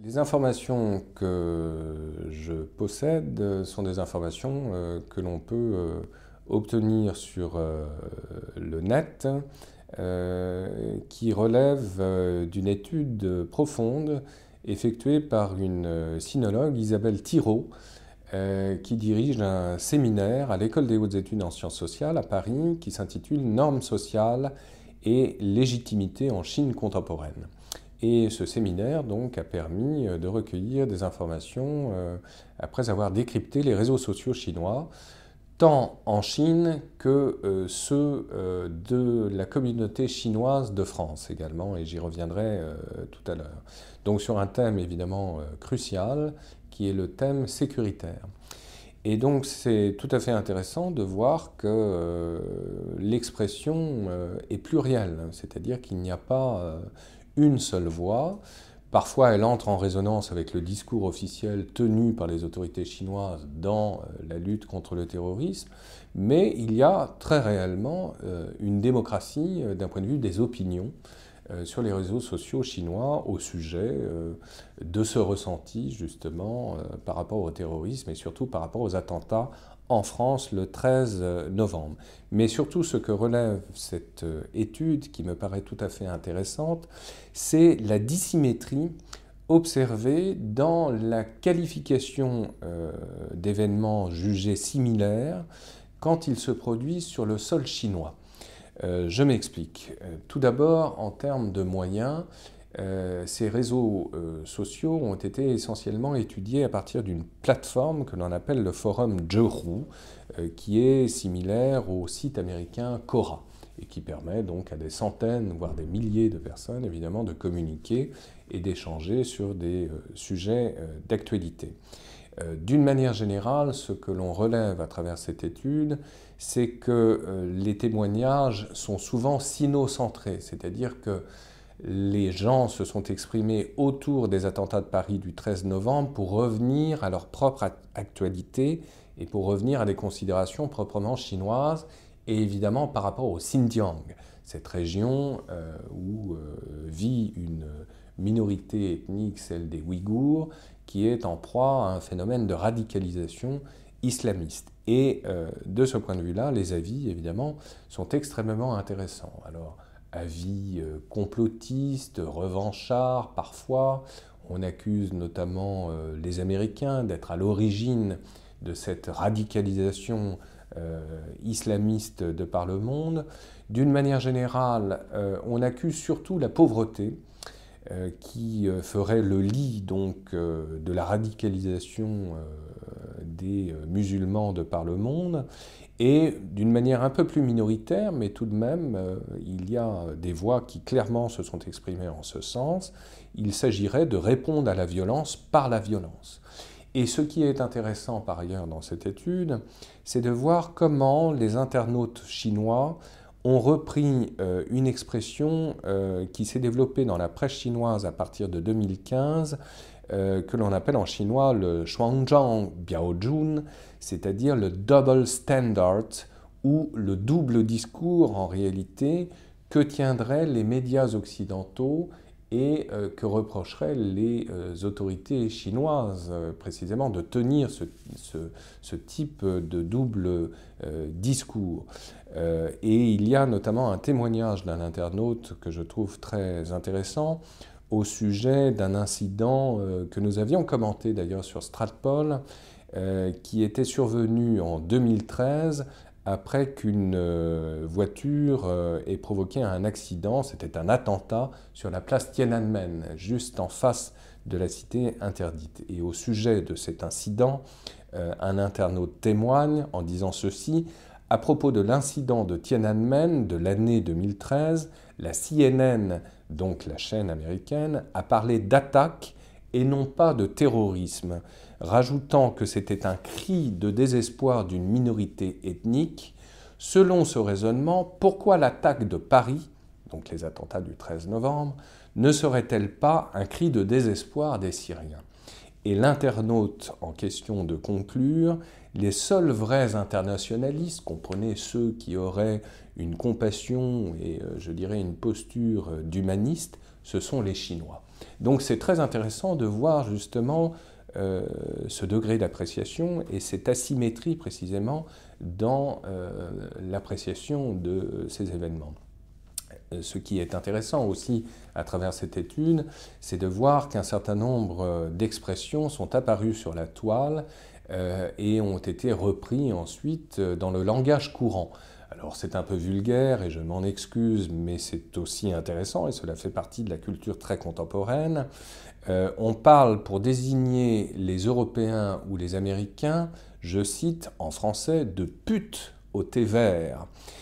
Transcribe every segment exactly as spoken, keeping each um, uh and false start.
Les informations que je possède sont des informations euh, que l'on peut euh, obtenir sur euh, le net, euh, qui relèvent euh, d'une étude profonde effectuée par une sinologue, Isabelle Thirault, euh, qui dirige un séminaire à l'École des hautes études en sciences sociales à Paris, qui s'intitule Normes sociales et légitimité en Chine contemporaine. Et ce séminaire donc a permis de recueillir des informations euh, après avoir décrypté les réseaux sociaux chinois, tant en Chine que euh, ceux euh, de la communauté chinoise de France également, et j'y reviendrai euh, tout à l'heure. Donc sur un thème évidemment euh, crucial, qui est le thème sécuritaire. Et donc c'est tout à fait intéressant de voir que euh, l'expression euh, est plurielle, c'est-à-dire qu'il n'y a pas euh, une seule voix. Parfois, elle entre en résonance avec le discours officiel tenu par les autorités chinoises dans la lutte contre le terrorisme, mais il y a très réellement une démocratie d'un point de vue des opinions sur les réseaux sociaux chinois au sujet de ce ressenti justement par rapport au terrorisme et surtout par rapport aux attentats en France le treize novembre. Mais surtout, ce que relève cette étude, qui me paraît tout à fait intéressante, c'est la dissymétrie observée dans la qualification euh, d'événements jugés similaires quand ils se produisent sur le sol chinois. Euh, je m'explique. Tout d'abord, en termes de moyens, Euh, ces réseaux euh, sociaux ont été essentiellement étudiés à partir d'une plateforme que l'on appelle le forum Zhehu, euh, qui est similaire au site américain Quora, et qui permet donc à des centaines, voire des milliers de personnes, évidemment, de communiquer et d'échanger sur des euh, sujets euh, d'actualité. Euh, D'une manière générale, ce que l'on relève à travers cette étude, c'est que euh, les témoignages sont souvent sinocentrés, c'est-à-dire que les gens se sont exprimés autour des attentats de Paris du treize novembre pour revenir à leur propre actualité et pour revenir à des considérations proprement chinoises et évidemment par rapport au Xinjiang, cette région euh, où euh, vit une minorité ethnique, celle des Ouïghours, qui est en proie à un phénomène de radicalisation islamiste. Et euh, de ce point de vue-là, les avis, évidemment, sont extrêmement intéressants. Alors, avis complotistes, revanchards parfois. On accuse notamment euh, les Américains d'être à l'origine de cette radicalisation euh, islamiste de par le monde. D'une manière générale, euh, on accuse surtout la pauvreté euh, qui euh, ferait le lit donc, euh, de la radicalisation euh, des musulmans de par le monde. Et d'une manière un peu plus minoritaire, mais tout de même, euh, il y a des voix qui clairement se sont exprimées en ce sens. Il s'agirait de répondre à la violence par la violence. Et ce qui est intéressant par ailleurs dans cette étude, c'est de voir comment les internautes chinois ont repris euh, une expression euh, qui s'est développée dans la presse chinoise à partir de deux mille quinze, Euh, que l'on appelle en chinois le Shuangzhang Biaojun, c'est-à-dire le double standard ou le double discours en réalité que tiendraient les médias occidentaux et euh, que reprocheraient les euh, autorités chinoises euh, précisément de tenir ce, ce, ce type de double euh, discours. Euh, et il y a notamment un témoignage d'un internaute que je trouve très intéressant au sujet d'un incident euh, que nous avions commenté d'ailleurs sur Stratpol, euh, qui était survenu en deux mille treize après qu'une euh, voiture euh, ait provoqué un accident. C'était un attentat sur la place Tiananmen, juste en face de la cité interdite. Et au sujet de cet incident, euh, un internaute témoigne en disant ceci: à propos de l'incident de Tiananmen de l'année deux mille treize, la C N N, donc la chaîne américaine, a parlé d'attaque et non pas de terrorisme, rajoutant que c'était un cri de désespoir d'une minorité ethnique. Selon ce raisonnement, pourquoi l'attaque de Paris, donc les attentats du treize novembre, ne serait-elle pas un cri de désespoir des Syriens ? Et l'internaute en question de conclure: les seuls vrais internationalistes, comprenez ceux qui auraient une compassion et, je dirais, une posture d'humaniste, ce sont les Chinois. Donc c'est très intéressant de voir justement euh, ce degré d'appréciation et cette asymétrie précisément dans euh, l'appréciation de ces événements. Ce qui est intéressant aussi à travers cette étude, c'est de voir qu'un certain nombre d'expressions sont apparues sur la toile euh, et ont été repris ensuite dans le langage courant. Alors c'est un peu vulgaire et je m'en excuse, mais c'est aussi intéressant et cela fait partie de la culture très contemporaine. Euh, on parle pour désigner les Européens ou les Américains, je cite en français, de putes au thé vert,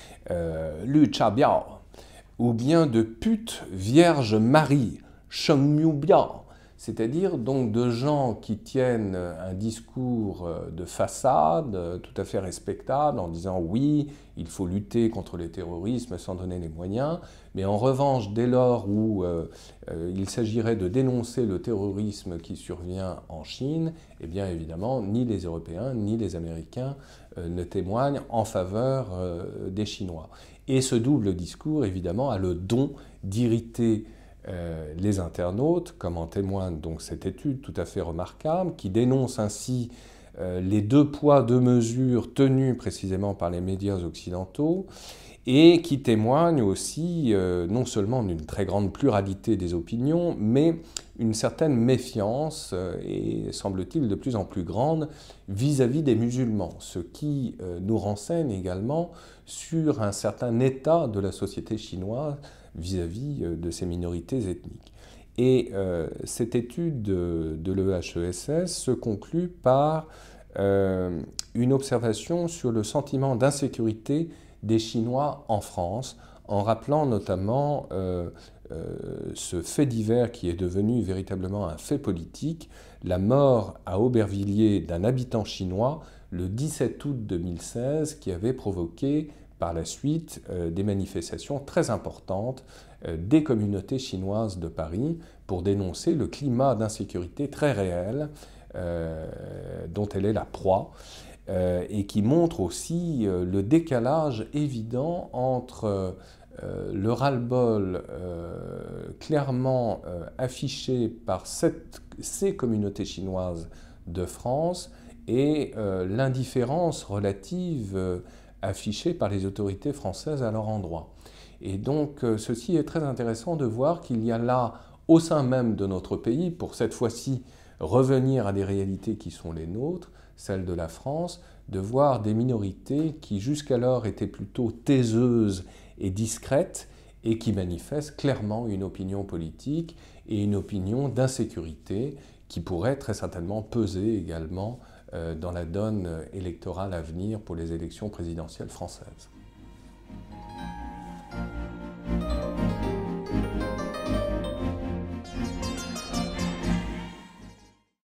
euh, Lu Cha Biao, ou bien de pute Vierge Marie, Sheng Miu Biao, c'est-à-dire donc de gens qui tiennent un discours de façade tout à fait respectable en disant oui, il faut lutter contre le terrorisme sans donner les moyens, mais en revanche, dès lors où euh, euh, il s'agirait de dénoncer le terrorisme qui survient en Chine, eh bien évidemment, ni les Européens ni les Américains euh, ne témoignent en faveur euh, des Chinois. Et ce double discours, évidemment, a le don d'irriter euh, les internautes, comme en témoigne donc cette étude tout à fait remarquable, qui dénonce ainsi euh, les deux poids, deux mesures tenus précisément par les médias occidentaux, et qui témoigne aussi euh, non seulement d'une très grande pluralité des opinions, mais une certaine méfiance, euh, et semble-t-il de plus en plus grande, vis-à-vis des musulmans, ce qui euh, nous renseigne également sur un certain état de la société chinoise vis-à-vis euh, de ces minorités ethniques. Et euh, cette étude de, de l'E H E S S se conclut par euh, une observation sur le sentiment d'insécurité des Chinois en France, en rappelant notamment euh, euh, ce fait divers qui est devenu véritablement un fait politique, la mort à Aubervilliers d'un habitant chinois le dix-sept août deux mille seize, qui avait provoqué par la suite euh, des manifestations très importantes euh, des communautés chinoises de Paris pour dénoncer le climat d'insécurité très réel euh, dont elle est la proie. Euh, et qui montre aussi euh, le décalage évident entre euh, le ras-le-bol euh, clairement euh, affiché par cette, ces communautés chinoises de France et euh, l'indifférence relative euh, affichée par les autorités françaises à leur endroit. Et donc euh, ceci est très intéressant de voir qu'il y a là, au sein même de notre pays, pour cette fois-ci revenir à des réalités qui sont les nôtres, celle de la France, de voir des minorités qui jusqu'alors étaient plutôt taiseuses et discrètes et qui manifestent clairement une opinion politique et une opinion d'insécurité qui pourrait très certainement peser également dans la donne électorale à venir pour les élections présidentielles françaises.